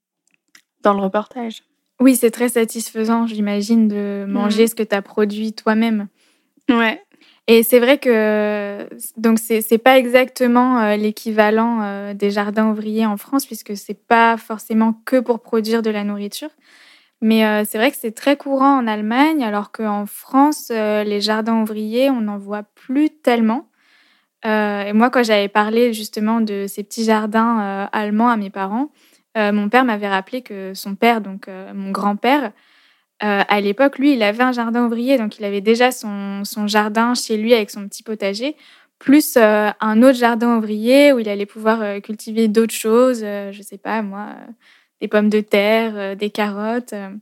dans le reportage. Oui, c'est très satisfaisant, j'imagine, de manger mmh. ce que tu as produit toi-même. Ouais. Et c'est vrai que donc c'est c'est pas exactement euh, l'équivalent euh, des jardins ouvriers en France puisque c'est pas forcément que pour produire de la nourriture, mais euh, c'est vrai que c'est très courant en Allemagne alors qu'en France euh, les jardins ouvriers on n'en voit plus tellement. Euh, et moi quand j'avais parlé justement de ces petits jardins euh, allemands à mes parents, euh, mon père m'avait rappelé que son père donc euh, mon grand-père Euh, à l'époque, lui, il avait un jardin ouvrier, donc il avait déjà son, son jardin chez lui avec son petit potager, plus euh, un autre jardin ouvrier où il allait pouvoir euh, cultiver d'autres choses, euh, je sais pas moi, euh, des pommes de terre, euh, des carottes. Euh.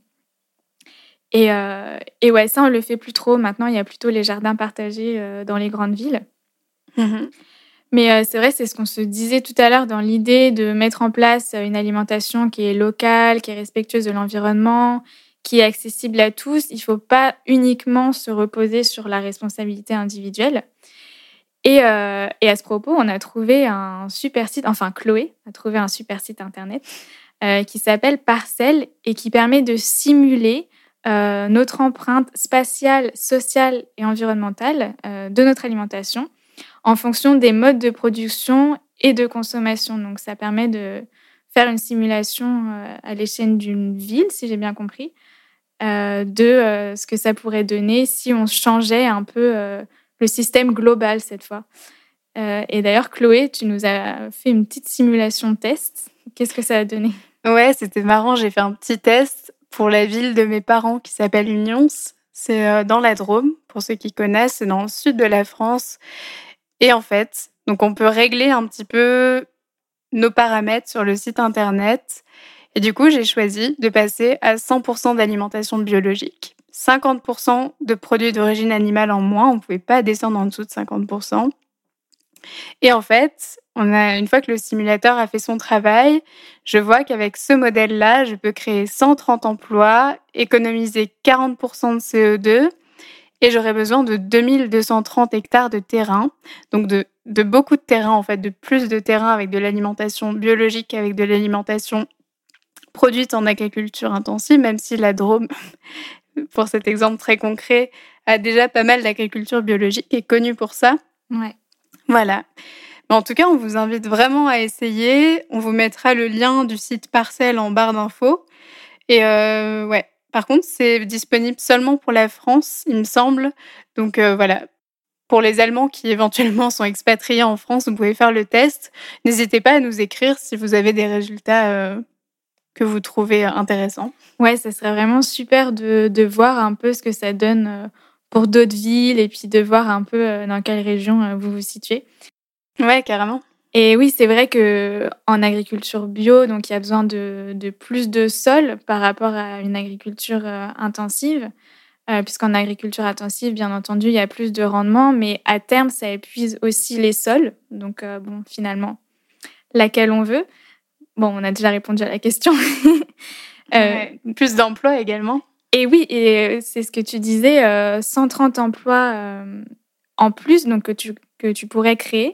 Et, euh, et ouais, ça, on le fait plus trop. Maintenant, il y a plutôt les jardins partagés euh, dans les grandes villes. Mmh. Mais euh, c'est vrai, c'est ce qu'on se disait tout à l'heure dans l'idée de mettre en place une alimentation qui est locale, qui est respectueuse de l'environnement, qui est accessible à tous. Il ne faut pas uniquement se reposer sur la responsabilité individuelle. Et, euh, et à ce propos, on a trouvé un super site, enfin Chloé a trouvé un super site internet euh, qui s'appelle Parcelle et qui permet de simuler euh, notre empreinte spatiale, sociale et environnementale euh, de notre alimentation en fonction des modes de production et de consommation. Donc ça permet de faire une simulation euh, à l'échelle d'une ville, si j'ai bien compris, Euh, de euh, ce que ça pourrait donner si on changeait un peu euh, le système global cette fois. Euh, et d'ailleurs, Chloé, tu nous as fait une petite simulation test. Qu'est-ce que ça a donné ? Ouais, c'était marrant. J'ai fait un petit test pour la ville de mes parents qui s'appelle Unions. C'est euh, dans la Drôme, pour ceux qui connaissent. C'est dans le sud de la France. Et en fait, donc on peut régler un petit peu nos paramètres sur le site internet. Et du coup, j'ai choisi de passer à cent pour cent d'alimentation biologique, cinquante pour cent de produits d'origine animale en moins. On ne pouvait pas descendre en dessous de cinquante pour cent. Et en fait, on a, une fois que le simulateur a fait son travail, je vois qu'avec ce modèle-là, je peux créer cent trente emplois, économiser quarante pour cent de C O deux et j'aurais besoin de deux mille deux cent trente hectares de terrain, donc de, de beaucoup de terrain, en fait, de plus de terrain avec de l'alimentation biologique, avec de l'alimentation produite en agriculture intensive, même si la Drôme, pour cet exemple très concret, a déjà pas mal d'agriculture biologique et est connue pour ça. Ouais. Voilà. Mais en tout cas, on vous invite vraiment à essayer. On vous mettra le lien du site Parcelle en barre d'infos. Et euh, ouais, par contre, c'est disponible seulement pour la France, il me semble. Donc euh, voilà, pour les Allemands qui éventuellement sont expatriés en France, vous pouvez faire le test. N'hésitez pas à nous écrire si vous avez des résultats euh, que vous trouvez intéressants. Ouais, ça serait vraiment super de, de voir un peu ce que ça donne euh, pour d'autres villes et puis de voir un peu euh, dans quelle région euh, vous vous situez. Ouais, carrément. Et oui, c'est vrai qu'en agriculture bio, donc il y a besoin de, de plus de sol par rapport à une agriculture euh, intensive, euh, puisqu'en agriculture intensive, bien entendu, il y a plus de rendement, mais à terme, ça épuise aussi les sols. Donc, euh, bon, finalement, laquelle on veut. Bon, on a déjà répondu à la question. euh, ouais, plus d'emplois également. Et oui, et c'est ce que tu disais, euh, cent trente emplois euh, en plus donc, que, tu, que tu pourrais créer.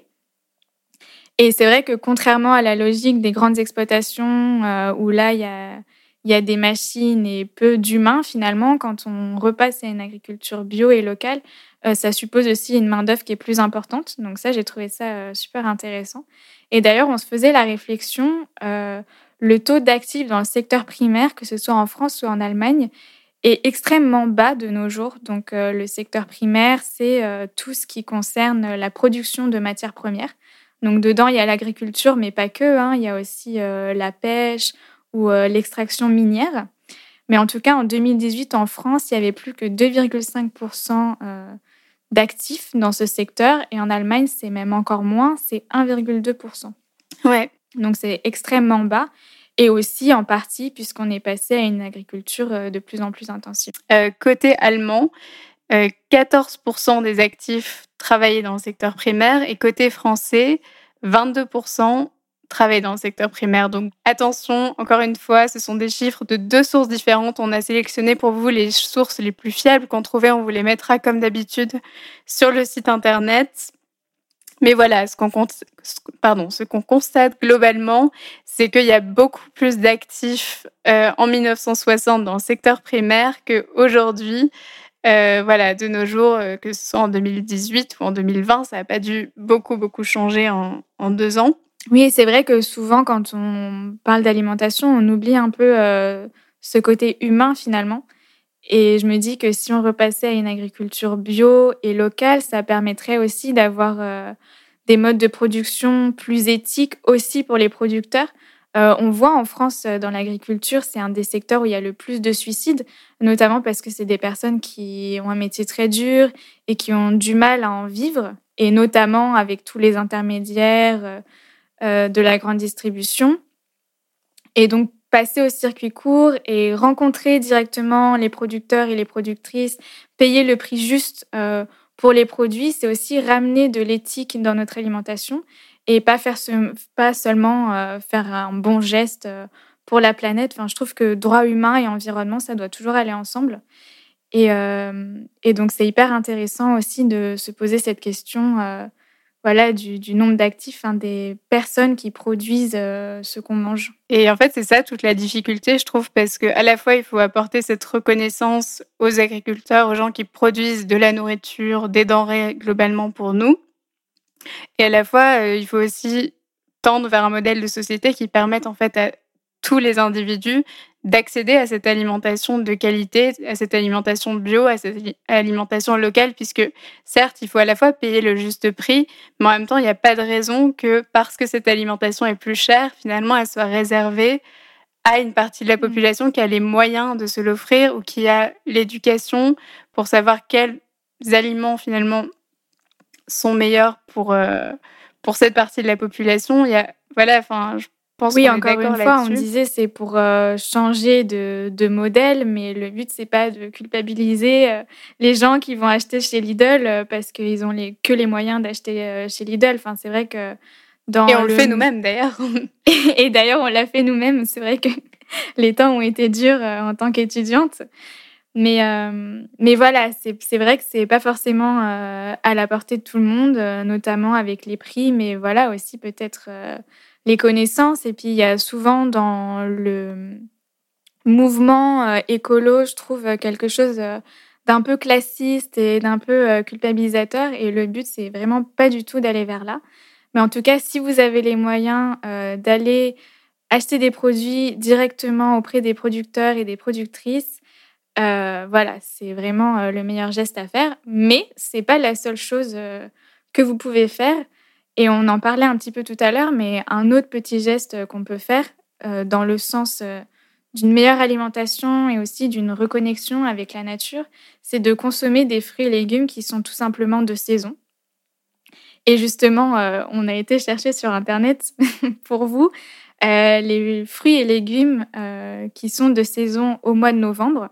Et c'est vrai que contrairement à la logique des grandes exploitations euh, où là, il y a, y a des machines et peu d'humains, finalement, quand on repasse à une agriculture bio et locale, euh, ça suppose aussi une main-d'œuvre qui est plus importante. Donc ça, j'ai trouvé ça euh, super intéressant. Et d'ailleurs, on se faisait la réflexion, euh, le taux d'actifs dans le secteur primaire, que ce soit en France ou en Allemagne, est extrêmement bas de nos jours. Donc euh, le secteur primaire, c'est euh, tout ce qui concerne la production de matières premières. Donc, dedans, il y a l'agriculture, mais pas que. Hein. Il y a aussi euh, la pêche ou euh, l'extraction minière. Mais en tout cas, en deux mille dix-huit, en France, il n'y avait plus que deux virgule cinq pour cent euh, d'actifs dans ce secteur. Et en Allemagne, c'est même encore moins, c'est un virgule deux pour cent. Ouais. Donc, c'est extrêmement bas. Et aussi, en partie, puisqu'on est passé à une agriculture euh, de plus en plus intensive. Euh, côté allemand, euh, quatorze pour cent des actifs travaillaient dans le secteur primaire et côté français, vingt-deux pour cent travaillaient dans le secteur primaire. Donc attention, encore une fois, ce sont des chiffres de deux sources différentes. On a sélectionné pour vous les sources les plus fiables qu'on trouvait. On vous les mettra comme d'habitude sur le site internet. Mais voilà, ce qu'on, pardon, ce qu'on constate globalement, c'est qu'il y a beaucoup plus d'actifs euh, en dix-neuf cent soixante dans le secteur primaire qu'aujourd'hui. Euh, voilà, de nos jours, euh, que ce soit en deux mille dix-huit ou en deux mille vingt, ça n'a pas dû beaucoup, beaucoup changer en, en deux ans. Oui, c'est vrai que souvent, quand on parle d'alimentation, on oublie un peu euh, ce côté humain, finalement. Et je me dis que si on repassait à une agriculture bio et locale, ça permettrait aussi d'avoir euh, des modes de production plus éthiques aussi pour les producteurs. Euh, on voit en France, dans l'agriculture, c'est un des secteurs où il y a le plus de suicides, notamment parce que c'est des personnes qui ont un métier très dur et qui ont du mal à en vivre, et notamment avec tous les intermédiaires euh, de la grande distribution. Et donc, passer au circuit court et rencontrer directement les producteurs et les productrices, payer le prix juste euh, pour les produits, c'est aussi ramener de l'éthique dans notre alimentation. Et pas, faire ce, pas seulement euh, faire un bon geste euh, pour la planète. Enfin, je trouve que droit humain et environnement, ça doit toujours aller ensemble. Et, euh, et donc, c'est hyper intéressant aussi de se poser cette question euh, voilà, du, du nombre d'actifs, hein, des personnes qui produisent euh, ce qu'on mange. Et en fait, c'est ça toute la difficulté, je trouve, parce qu'à la fois, il faut apporter cette reconnaissance aux agriculteurs, aux gens qui produisent de la nourriture, des denrées globalement pour nous. Et à la fois, euh, il faut aussi tendre vers un modèle de société qui permette en fait à tous les individus d'accéder à cette alimentation de qualité, à cette alimentation bio, à cette alimentation locale, puisque certes, il faut à la fois payer le juste prix, mais en même temps, il n'y a pas de raison que parce que cette alimentation est plus chère, finalement, elle soit réservée à une partie de la population qui a les moyens de se l'offrir ou qui a l'éducation pour savoir quels aliments finalement sont meilleurs pour, euh, pour cette partie de la population. Il y a, voilà, enfin, je pense oui, qu'on encore est d'accord une fois, là-dessus. On disait c'est pour euh, changer de, de modèle, mais le but, c'est pas de culpabiliser euh, les gens qui vont acheter chez Lidl euh, parce qu'ils ont les, que les moyens d'acheter euh, chez Lidl. Enfin, c'est vrai que dans Et on le, le fait nous-mêmes, d'ailleurs. Et d'ailleurs, on l'a fait nous-mêmes. C'est vrai que les temps ont été durs euh, en tant qu'étudiante. Mais, euh, mais voilà, c'est, c'est vrai que c'est pas forcément euh, à la portée de tout le monde, euh, notamment avec les prix, mais voilà aussi peut-être euh, les connaissances. Et puis il y a souvent dans le, mouvement euh, écolo, je trouve quelque chose euh, d'un peu classiste et d'un peu euh, culpabilisateur. Et le but, c'est vraiment pas du tout d'aller vers là. Mais en tout cas, si vous avez les moyens euh, d'aller acheter des produits directement auprès des producteurs et des productrices, euh, voilà, c'est vraiment euh, le meilleur geste à faire. Mais c'est pas la seule chose euh, que vous pouvez faire. Et on en parlait un petit peu tout à l'heure, mais un autre petit geste qu'on peut faire euh, dans le sens euh, d'une meilleure alimentation et aussi d'une reconnexion avec la nature, c'est de consommer des fruits et légumes qui sont tout simplement de saison. Et justement, euh, on a été chercher sur Internet pour vous euh, les fruits et légumes euh, qui sont de saison au mois de novembre,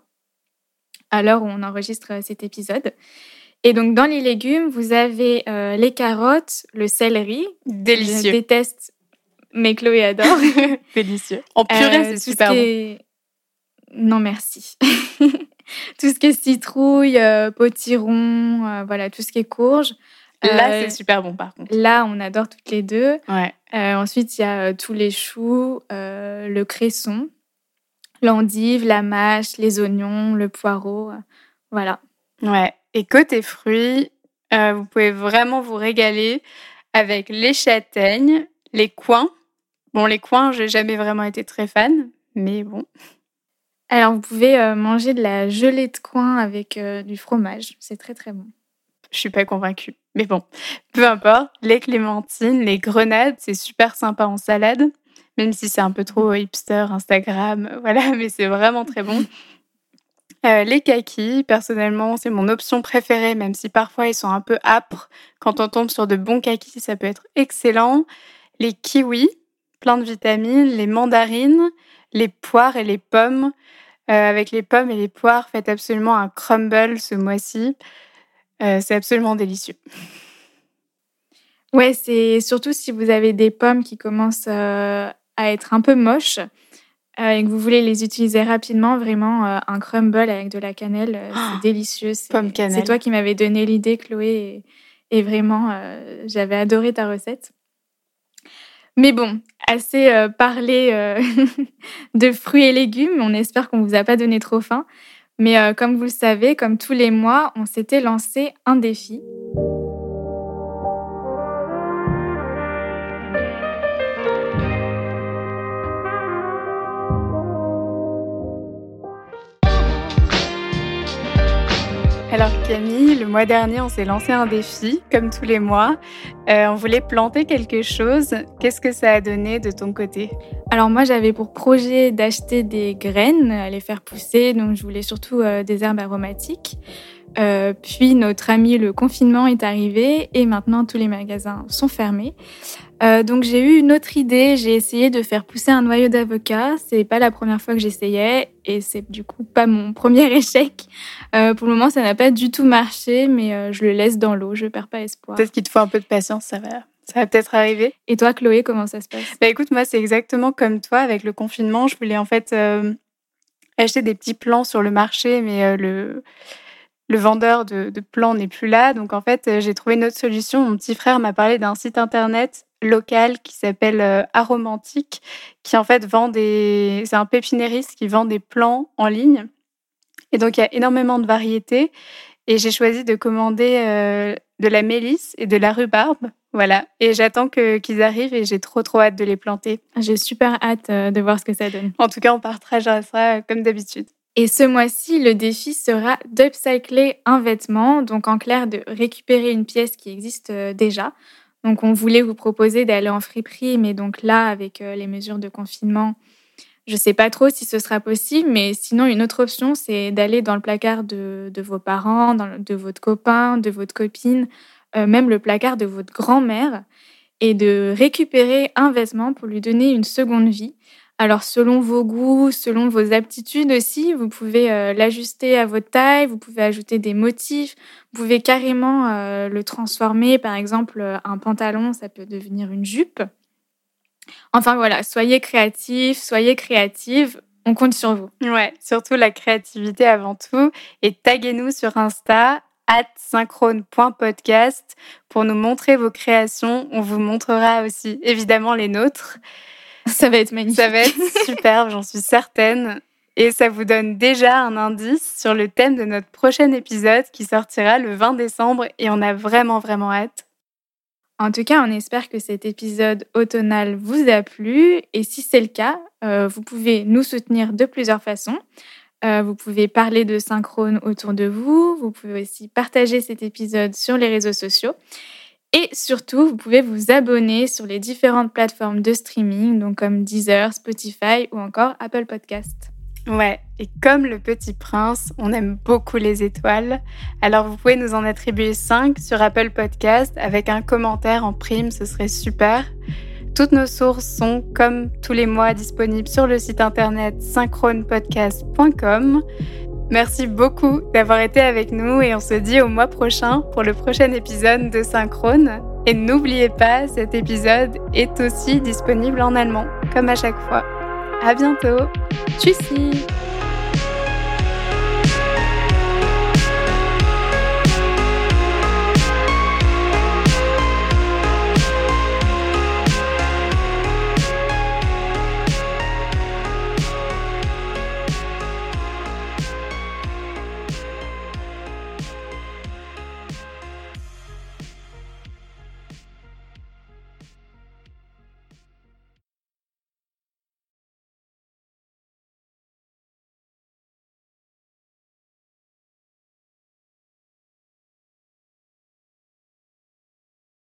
à l'heure où on enregistre cet épisode. Et donc, dans les légumes, vous avez euh, les carottes, le céleri. Délicieux. Je déteste, mais Chloé adore. Délicieux. En purée, Euh, c'est tout super ce qui bon. est- Non, merci. Tout ce qui est citrouille, euh, potiron, euh, voilà, tout ce qui est courge. Là, Euh, c'est super bon, par contre. Là, on adore toutes les deux. Ouais. Euh, ensuite, il y a euh, tous les choux, euh, le cresson, l'endive, la mâche, les oignons, le poireau. euh, voilà. Ouais. Et côté fruits, euh, vous pouvez vraiment vous régaler avec les châtaignes, les coings. Bon, les coings, j'ai jamais vraiment été très fan, mais bon. Alors, vous pouvez euh, manger de la gelée de coing avec euh, du fromage. C'est très, très bon. Je suis pas convaincue. Mais bon, peu importe. Les clémentines, les grenades, c'est super sympa en salade. Même si c'est un peu trop hipster, Instagram, euh, voilà, mais c'est vraiment très bon. Euh, les kakis, personnellement, c'est mon option préférée, même si parfois ils sont un peu âpres. Quand on tombe sur de bons kakis, ça peut être excellent. Les kiwis, plein de vitamines. Les mandarines, les poires et les pommes. Euh, avec les pommes et les poires, faites absolument un crumble ce mois-ci. Euh, c'est absolument délicieux. Ouais, c'est surtout si vous avez des pommes qui commencent euh, à être un peu moches euh, et que vous voulez les utiliser rapidement, vraiment euh, un crumble avec de la cannelle, euh, c'est délicieux. C'est, Pomme cannelle. C'est toi qui m'avais donné l'idée, Chloé, et, et vraiment, euh, j'avais adoré ta recette. Mais bon, assez euh, parlé euh, de fruits et légumes. On espère qu'on vous a pas donné trop faim. Mais euh, comme vous le savez, comme tous les mois, on s'était lancé un défi. Alors Camille, le mois dernier, on s'est lancé un défi, comme tous les mois. Euh, on voulait planter quelque chose. Qu'est-ce que ça a donné de ton côté ? Alors moi, j'avais pour projet d'acheter des graines, à les faire pousser. Donc je voulais surtout euh, des herbes aromatiques. Euh, puis notre ami le confinement est arrivé et maintenant tous les magasins sont fermés. Euh, donc j'ai eu une autre idée. J'ai essayé de faire pousser un noyau d'avocat. C'est pas la première fois que j'essayais et c'est du coup pas mon premier échec. Euh, pour le moment, ça n'a pas du tout marché, mais euh, je le laisse dans l'eau. Je perds pas espoir. Peut-être qu'il te faut un peu de patience, ça va, ça va peut-être arriver. Et toi, Chloé, comment ça se passe ? Bah écoute, moi c'est exactement comme toi avec le confinement. Je voulais en fait euh, acheter des petits plants sur le marché, mais euh, le le vendeur de, de plants n'est plus là. Donc en fait, euh, j'ai trouvé une autre solution. Mon petit frère m'a parlé d'un site internet local qui s'appelle euh, Aromantique, qui en fait vend des... C'est un pépinériste qui vend des plants en ligne. Et donc il y a énormément de variétés. Et j'ai choisi de commander euh, de la mélisse et de la rhubarbe. Voilà. Et j'attends que, qu'ils arrivent et j'ai trop trop hâte de les planter. J'ai super hâte euh, de voir ce que ça donne. En tout cas, on partagera ça euh, comme d'habitude. Et ce mois-ci, le défi sera d'upcycler un vêtement, donc en clair de récupérer une pièce qui existe euh, déjà. Donc on voulait vous proposer d'aller en friperie, mais donc là, avec euh, les mesures de confinement, je ne sais pas trop si ce sera possible, mais sinon une autre option, c'est d'aller dans le placard de, de vos parents, dans le, de votre copain, de votre copine, euh, même le placard de votre grand-mère, et de récupérer un vêtement pour lui donner une seconde vie. Alors, selon vos goûts, selon vos aptitudes aussi, vous pouvez euh, l'ajuster à votre taille, vous pouvez ajouter des motifs, vous pouvez carrément euh, le transformer. Par exemple, un pantalon, ça peut devenir une jupe. Enfin voilà, soyez créatifs, soyez créatives, on compte sur vous. Ouais, surtout la créativité avant tout. Et taguez-nous sur Insta, arobase synchrone point podcast, pour nous montrer vos créations. On vous montrera aussi évidemment les nôtres. Ça va être magnifique. Ça va être superbe, j'en suis certaine. Et ça vous donne déjà un indice sur le thème de notre prochain épisode qui sortira le vingt décembre et on a vraiment vraiment hâte. En tout cas, on espère que cet épisode automnal vous a plu et si c'est le cas, euh, vous pouvez nous soutenir de plusieurs façons. Euh, vous pouvez parler de Synchrone autour de vous, vous pouvez aussi partager cet épisode sur les réseaux sociaux et surtout, vous pouvez vous abonner sur les différentes plateformes de streaming, donc comme Deezer, Spotify ou encore Apple Podcast. Ouais, et comme le Petit Prince, on aime beaucoup les étoiles. Alors vous pouvez nous en attribuer cinq sur Apple Podcast avec un commentaire en prime, ce serait super. Toutes nos sources sont, comme tous les mois, disponibles sur le site internet synchrone podcast point com. Merci beaucoup d'avoir été avec nous et on se dit au mois prochain pour le prochain épisode de Synchrone. Et n'oubliez pas, cet épisode est aussi disponible en allemand, comme à chaque fois. À bientôt. Tschüssi.